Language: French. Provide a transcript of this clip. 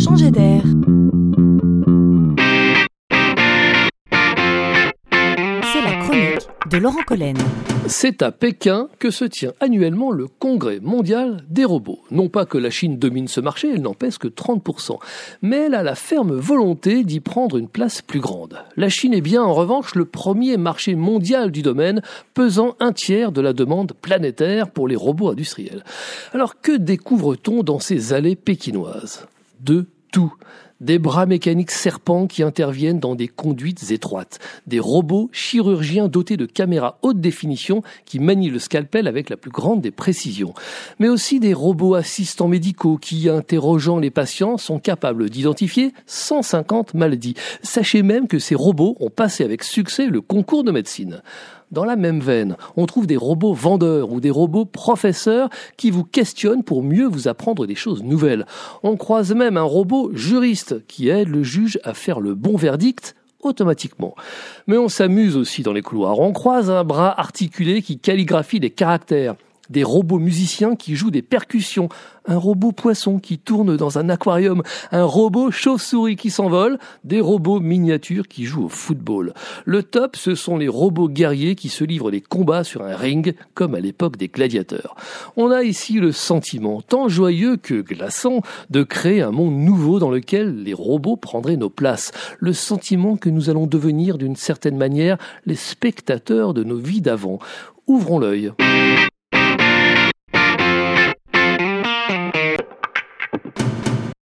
changer d'air. C'est la chronique de Laurent Collen. C'est à Pékin que se tient annuellement le Congrès mondial des robots. Non pas que la Chine domine ce marché, elle n'en pèse que 30%, mais elle a la ferme volonté d'y prendre une place plus grande. La Chine est bien en revanche le premier marché mondial du domaine, pesant un tiers de la demande planétaire pour les robots industriels. Alors que découvre-t-on dans ces allées pékinoises ? De tout. Des bras mécaniques serpents qui interviennent dans des conduites étroites. Des robots chirurgiens dotés de caméras haute définition qui manient le scalpel avec la plus grande des précisions. Mais aussi des robots assistants médicaux qui, interrogeant les patients, sont capables d'identifier 150 maladies. Sachez même que ces robots ont passé avec succès le concours de médecine. Dans la même veine, on trouve des robots vendeurs ou des robots professeurs qui vous questionnent pour mieux vous apprendre des choses nouvelles. On croise même un robot juriste qui aide le juge à faire le bon verdict automatiquement. Mais on s'amuse aussi dans les couloirs. On croise un bras articulé qui calligraphie des caractères. Des robots musiciens qui jouent des percussions, un robot poisson qui tourne dans un aquarium, un robot chauve-souris qui s'envole, des robots miniatures qui jouent au football. Le top, ce sont les robots guerriers qui se livrent des combats sur un ring, comme à l'époque des gladiateurs. On a ici le sentiment, tant joyeux que glaçant, de créer un monde nouveau dans lequel les robots prendraient nos places. Le sentiment que nous allons devenir d'une certaine manière les spectateurs de nos vies d'avant. Ouvrons l'œil.